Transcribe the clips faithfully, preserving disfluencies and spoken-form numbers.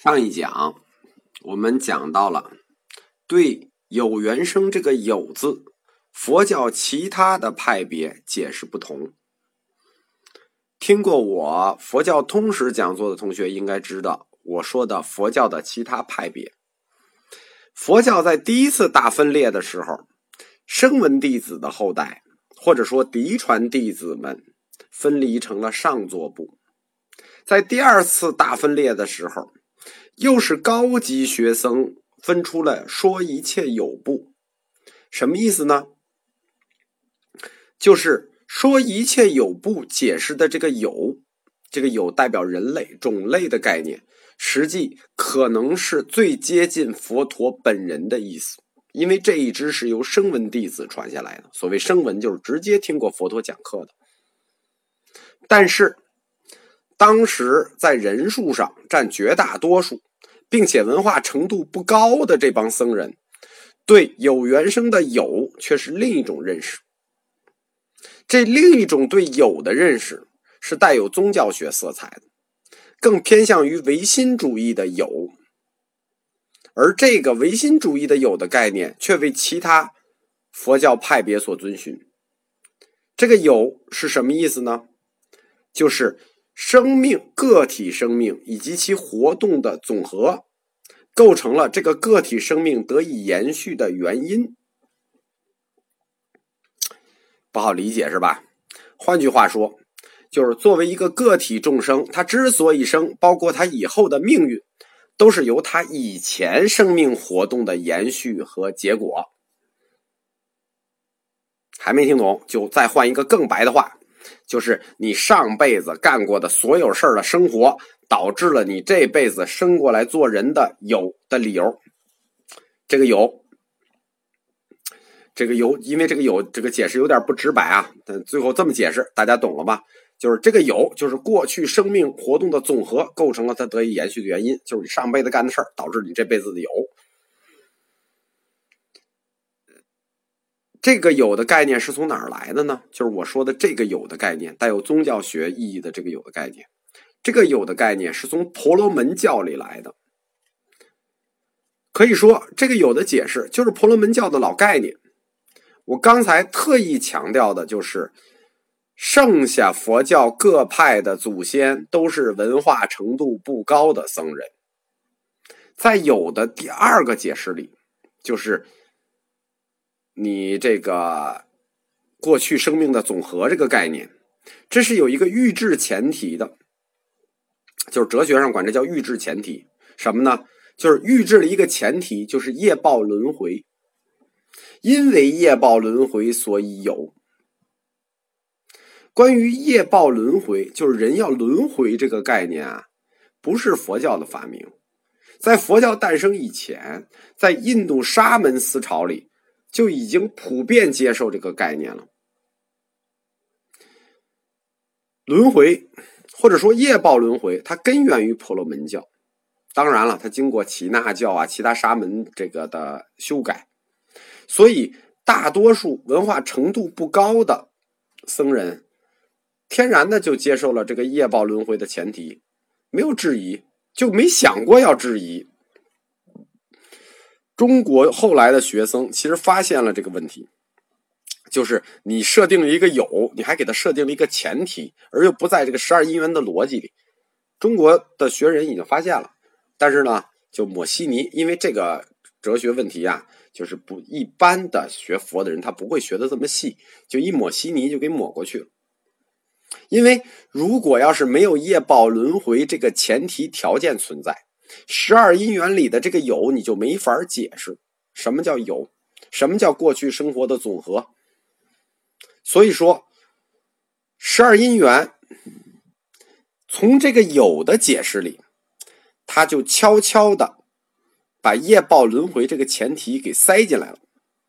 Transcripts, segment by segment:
上一讲我们讲到了对有原生这个有字，佛教其他的派别解释不同。听过我佛教通识讲座的同学应该知道我说的佛教的其他派别。佛教在第一次大分裂的时候，声闻弟子的后代或者说嫡传弟子们分离成了上座部。在第二次大分裂的时候，又是高级学僧分出了说一切有部。什么意思呢？就是说一切有部解释的这个有，这个有代表人类种类的概念，实际可能是最接近佛陀本人的意思，因为这一支是由声闻弟子传下来的。所谓声闻就是直接听过佛陀讲课的。但是当时在人数上占绝大多数，并且文化程度不高的这帮僧人，对有原生的有却是另一种认识。这另一种对有的认识是带有宗教学色彩的，更偏向于唯心主义的有。而这个唯心主义的有的概念却为其他佛教派别所遵循。这个有是什么意思呢？就是生命、个体生命以及其活动的总和，构成了这个个体生命得以延续的原因。不好理解是吧？换句话说，就是作为一个个体众生，他之所以生，包括他以后的命运，都是由他以前生命活动的延续和结果。还没听懂，就再换一个更白的话，就是你上辈子干过的所有事儿的生活，导致了你这辈子生过来做人的有的理由。这个有，这个有，因为这个有这个解释有点不直白啊，但最后这么解释，大家懂了吧？就是这个有，就是过去生命活动的总和，构成了它得以延续的原因，就是你上辈子干的事儿，导致你这辈子的有。这个有的概念是从哪儿来的呢？就是我说的这个有的概念，带有宗教学意义的这个有的概念。这个有的概念是从婆罗门教里来的。可以说，这个有的解释就是婆罗门教的老概念。我刚才特意强调的就是，剩下佛教各派的祖先都是文化程度不高的僧人。在有的第二个解释里，就是你这个过去生命的总和这个概念，这是有一个预置前提的，就是哲学上管这叫预置前提。什么呢？就是预置了一个前提，就是业报轮回。因为业报轮回，所以有。关于业报轮回，就是人要轮回这个概念啊，不是佛教的发明。在佛教诞生以前，在印度沙门思潮里就已经普遍接受这个概念了。轮回或者说业报轮回，它根源于婆罗门教。当然了，它经过耆那教啊其他沙门这个的修改，所以大多数文化程度不高的僧人天然的就接受了这个业报轮回的前提，没有质疑，就没想过要质疑。中国后来的学僧其实发现了这个问题，就是你设定了一个有，你还给它设定了一个前提，而又不在这个十二因缘的逻辑里。中国的学人已经发现了，但是呢，就抹稀泥，因为这个哲学问题啊，就是不一般的学佛的人他不会学得这么细，就一抹稀泥就给抹过去了。因为如果要是没有业报轮回这个前提条件存在，十二因缘里的这个有你就没法解释什么叫有，什么叫过去生活的总和。所以说十二因缘从这个有的解释里，他就悄悄的把业报轮回这个前提给塞进来了，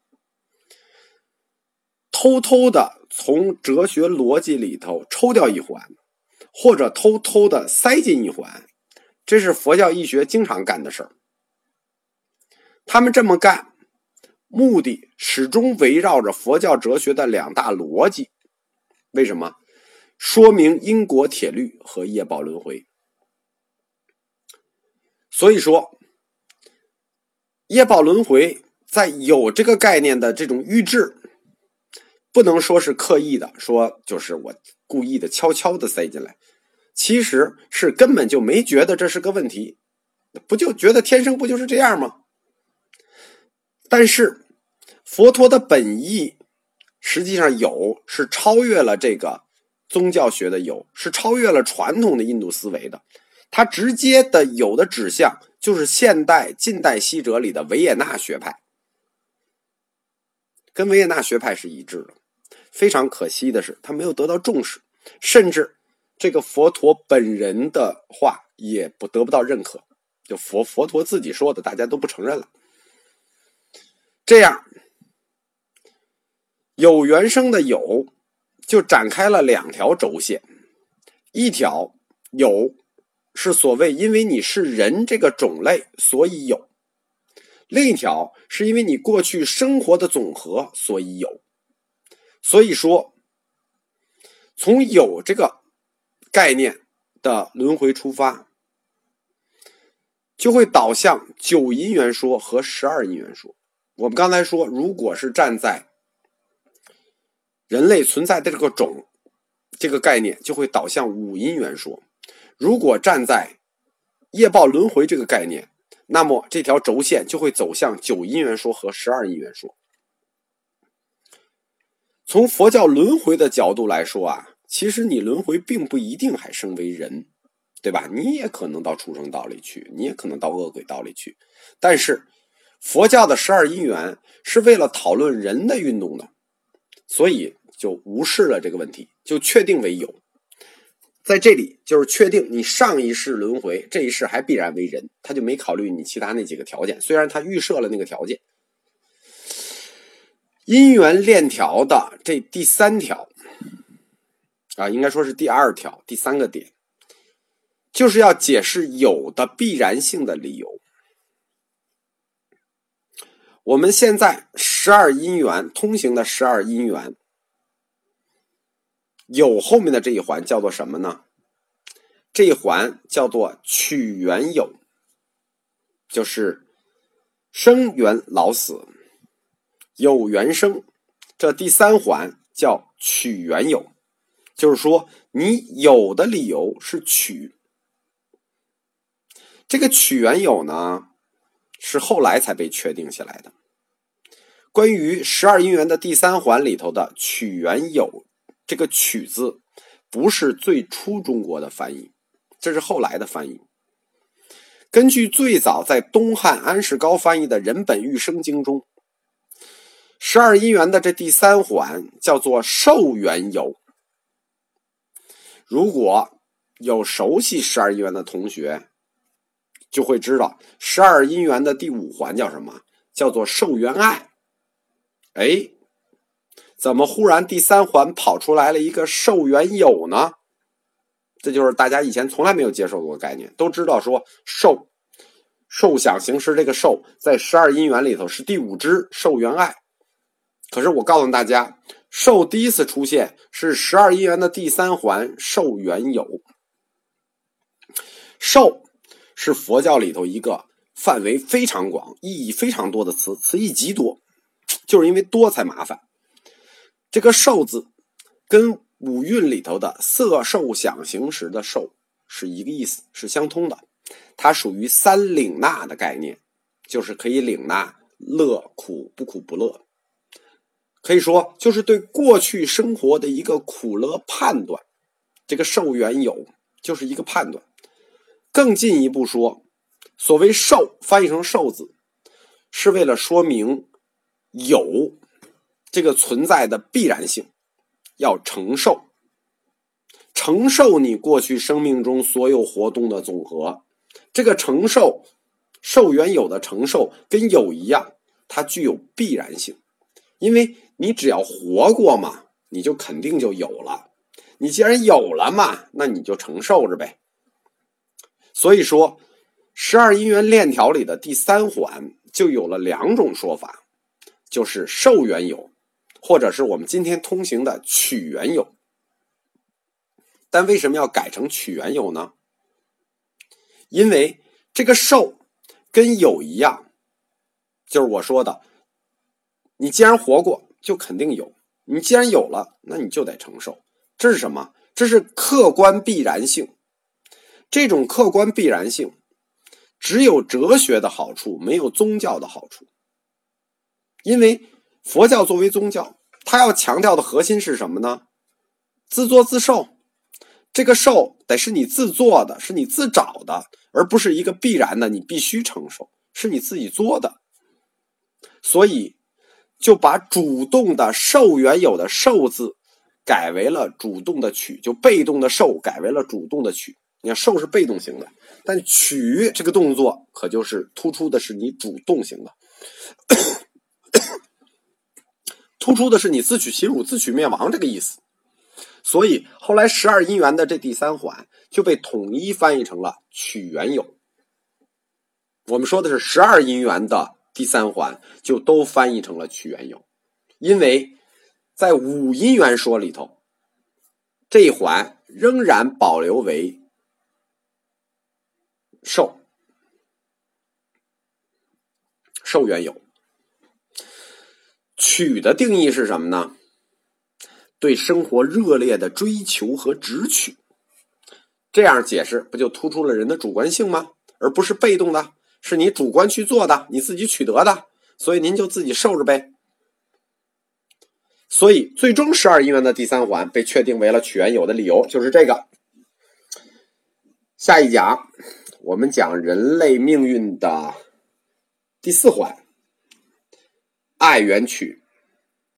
偷偷的从哲学逻辑里头抽掉一环，或者偷偷的塞进一环，这是佛教义学经常干的事儿。他们这么干，目的始终围绕着佛教哲学的两大逻辑。为什么？说明因果铁律和业报轮回。 所以说业报轮回在有这个概念的这种预制，不能说是刻意的，说就是我故意的悄悄的塞进来，其实是根本就没觉得这是个问题，不就觉得天生不就是这样吗？但是佛陀的本意实际上有是超越了这个宗教学的有，是超越了传统的印度思维的，它直接的有的指向就是现代近代西哲里的维也纳学派，跟维也纳学派是一致的。非常可惜的是，他没有得到重视，甚至这个佛陀本人的话也不得不到认可，就佛佛陀自己说的，大家都不承认了。这样，有原生的有就展开了两条轴线，一条有是所谓因为你是人这个种类所以有，另一条是因为你过去生活的总和所以有。所以说从有这个概念的轮回出发，就会导向九因缘说和十二因缘说。我们刚才说，如果是站在人类存在的这个种这个概念，就会导向五因缘说。如果站在业报轮回这个概念，那么这条轴线就会走向九因缘说和十二因缘说。从佛教轮回的角度来说啊，其实你轮回并不一定还生为人，对吧？你也可能到畜生道里去，你也可能到恶鬼道里去。但是佛教的十二因缘是为了讨论人的运动的，所以就无视了这个问题，就确定为有。在这里就是确定你上一世轮回，这一世还必然为人，他就没考虑你其他那几个条件，虽然他预设了那个条件。因缘链条的这第三条啊，应该说是第二条，第三个点，就是要解释有的必然性的理由。我们现在十二因缘通行的十二因缘，有后面的这一环叫做什么呢？这一环叫做取缘有，就是生缘老死有缘生，这第三环叫取缘有，就是说你有的理由是取。这个取缘有呢，是后来才被确定下来的。关于十二因缘的第三环里头的取缘有，这个取字不是最初中国的翻译，这是后来的翻译。根据最早在东汉安世高翻译的人本欲生经中，十二因缘的这第三环叫做受缘有。如果有熟悉十二因缘的同学，就会知道十二因缘的第五环叫什么？叫做受缘爱。哎，怎么忽然第三环跑出来了一个受缘有呢？这就是大家以前从来没有接受过的概念，都知道说受受想行识这个受在十二因缘里头是第五支受缘爱。可是我告诉大家，受第一次出现是十二因缘的第三环受缘有。受是佛教里头一个范围非常广、意义非常多的词，词义极多，就是因为多才麻烦。这个受字跟五蕴里头的色受想行识的受是一个意思，是相通的。它属于三领纳的概念，就是可以领纳乐苦不苦不乐，可以说就是对过去生活的一个苦乐判断。这个受缘有就是一个判断。更进一步说，所谓受翻译成受字，是为了说明有这个存在的必然性，要承受承受你过去生命中所有活动的总和。这个承受受缘有的承受跟有一样，它具有必然性，因为你只要活过嘛，你就肯定就有了，你既然有了嘛，那你就承受着呗。所以说十二因缘链条里的第三环就有了两种说法，就是受缘有，或者是我们今天通行的取缘有。但为什么要改成取缘有呢？因为这个受跟有一样，就是我说的，你既然活过，就肯定有；你既然有了，那你就得承受。这是什么？这是客观必然性。这种客观必然性，只有哲学的好处，没有宗教的好处。因为佛教作为宗教，它要强调的核心是什么呢？自作自受。这个受得是你自做的，是你自找的，而不是一个必然的你必须承受，是你自己做的。所以就把主动的受原有的受字改为了主动的取，就被动的受改为了主动的取。你看受是被动型的，但取这个动作可就是突出的是你主动型的突出的是你自取其辱自取灭亡这个意思。所以后来十二因缘的这第三环就被统一翻译成了取缘有。我们说的是十二因缘的第三环就都翻译成了取缘有。因为在五因缘说里头，这一环仍然保留为受受缘有。取的定义是什么呢？对生活热烈的追求和执取。这样解释不就突出了人的主观性吗？而不是被动的，是你主观去做的，你自己取得的，所以您就自己受着呗。所以最终十二因缘的第三环被确定为了取缘有的理由就是这个。下一讲我们讲人类命运的第四环，爱缘取。